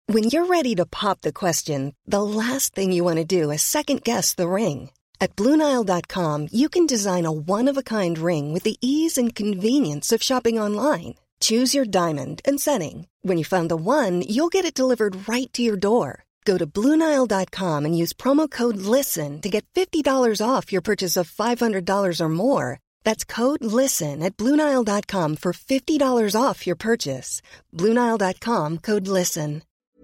When you're ready to pop the question, the last thing you want to do is second-guess the ring. At BlueNile.com, you can design a one-of-a-kind ring with the ease and convenience of shopping online. Choose your diamond and setting. When you find the one, you'll get it delivered right to your door. Go to BlueNile.com and use promo code LISTEN to get $50 off your purchase of $500 or more. That's code LISTEN at BlueNile.com for $50 off your purchase. BlueNile.com, code LISTEN.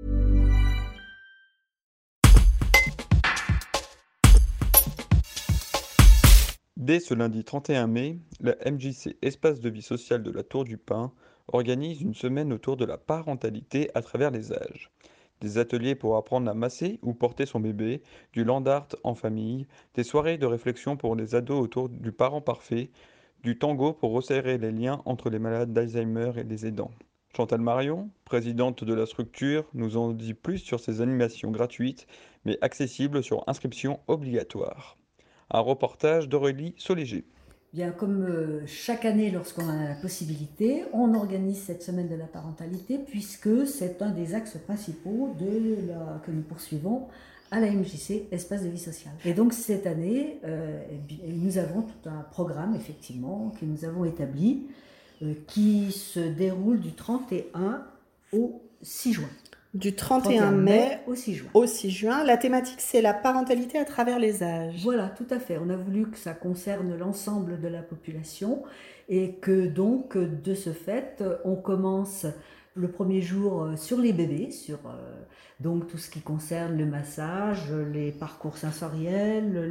Dès ce lundi 31 mai, la MJC Espace de vie sociale de la Tour du Pin organise une semaine autour de la parentalité à travers les âges. Des ateliers pour apprendre à masser ou porter son bébé, du land art en famille, des soirées de réflexion pour les ados autour du parent parfait, du tango pour resserrer les liens entre les malades d'Alzheimer et les aidants. Chantal Marion, présidente de la structure, nous en dit plus sur ces animations gratuites mais accessibles sur inscription obligatoire. Un reportage d'Aurélie Soléger. Bien, comme chaque année, lorsqu'on en a la possibilité, on organise cette semaine de la parentalité puisque c'est un des axes principaux que nous poursuivons à la MJC Espace de vie sociale. Et donc cette année, nous avons tout un programme effectivement que nous avons établi qui se déroule du 31 au 6 juin. Du 31 mai au 6 juin. Au 6 juin. La thématique, c'est la parentalité à travers les âges. Voilà, tout à fait. On a voulu que ça concerne l'ensemble de la population et que donc, de ce fait, on commence le premier jour sur les bébés, sur donc tout ce qui concerne le massage, les parcours sensoriels,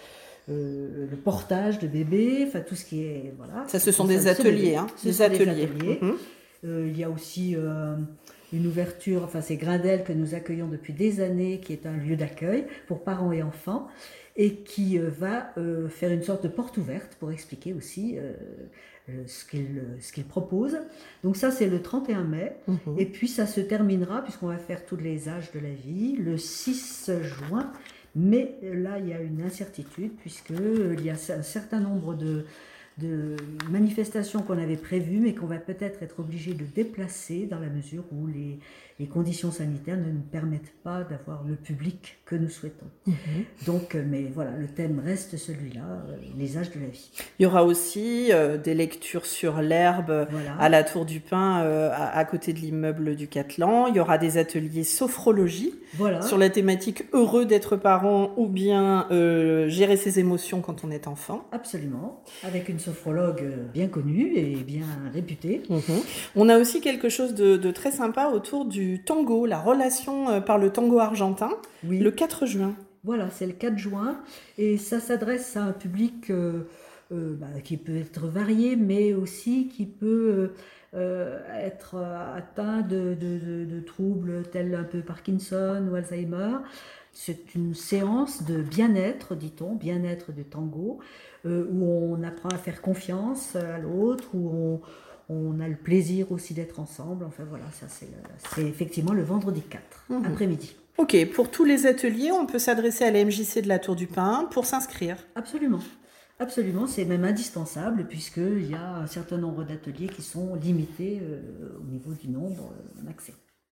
le portage de bébé, enfin tout ce qui est... Voilà. Ça, ce sont des ateliers. Des ateliers. Il y a aussi... une ouverture, enfin c'est Grindel que nous accueillons depuis des années, qui est un lieu d'accueil pour parents et enfants, et qui va faire une sorte de porte ouverte pour expliquer aussi ce qu'il propose. Donc ça c'est le 31 mai, et puis ça se terminera, puisqu'on va faire tous les âges de la vie, le 6 juin, mais là il y a une incertitude, puisqu'il y a un certain nombre de manifestations qu'on avait prévues, mais qu'on va peut-être être obligé de déplacer dans la mesure où les conditions sanitaires ne nous permettent pas d'avoir le public que nous souhaitons. Donc, mais voilà, le thème reste celui-là, les âges de la vie. Il y aura aussi des lectures sur l'herbe à la Tour du Pin, à côté de l'immeuble du Cattelan. Il y aura des ateliers sophrologie sur la thématique heureux d'être parent ou bien gérer ses émotions quand on est enfant. Absolument, avec une sophrologue bien connue et bien réputée. On a aussi quelque chose de très sympa autour du tango, la relation par le tango argentin, le 4 juin. Voilà, c'est le 4 juin et ça s'adresse à un public qui peut être varié, mais aussi qui peut être atteint de troubles tels un peu Parkinson ou Alzheimer. C'est une séance de bien-être, dit-on, bien-être de tango, où on apprend à faire confiance à l'autre, où on a le plaisir aussi d'être ensemble. Enfin voilà, ça c'est effectivement le vendredi 4, après-midi. Ok, pour tous les ateliers, on peut s'adresser à la MJC de la Tour du Pin pour s'inscrire. Absolument. Absolument, c'est même indispensable puisqu'il y a un certain nombre d'ateliers qui sont limités au niveau du nombre d'accès.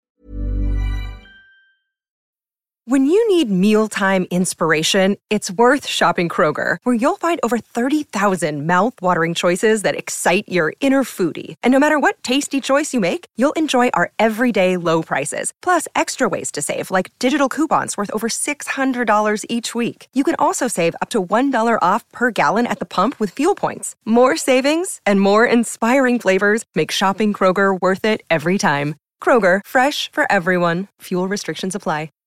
When you need mealtime inspiration, it's worth shopping Kroger, where you'll find over 30,000 mouth-watering choices that excite your inner foodie. And no matter what tasty choice you make, you'll enjoy our everyday low prices, plus extra ways to save, like digital coupons worth over $600 each week. You can also save up to $1 off per gallon at the pump with fuel points. More savings and more inspiring flavors make shopping Kroger worth it every time. Kroger, fresh for everyone. Fuel restrictions apply.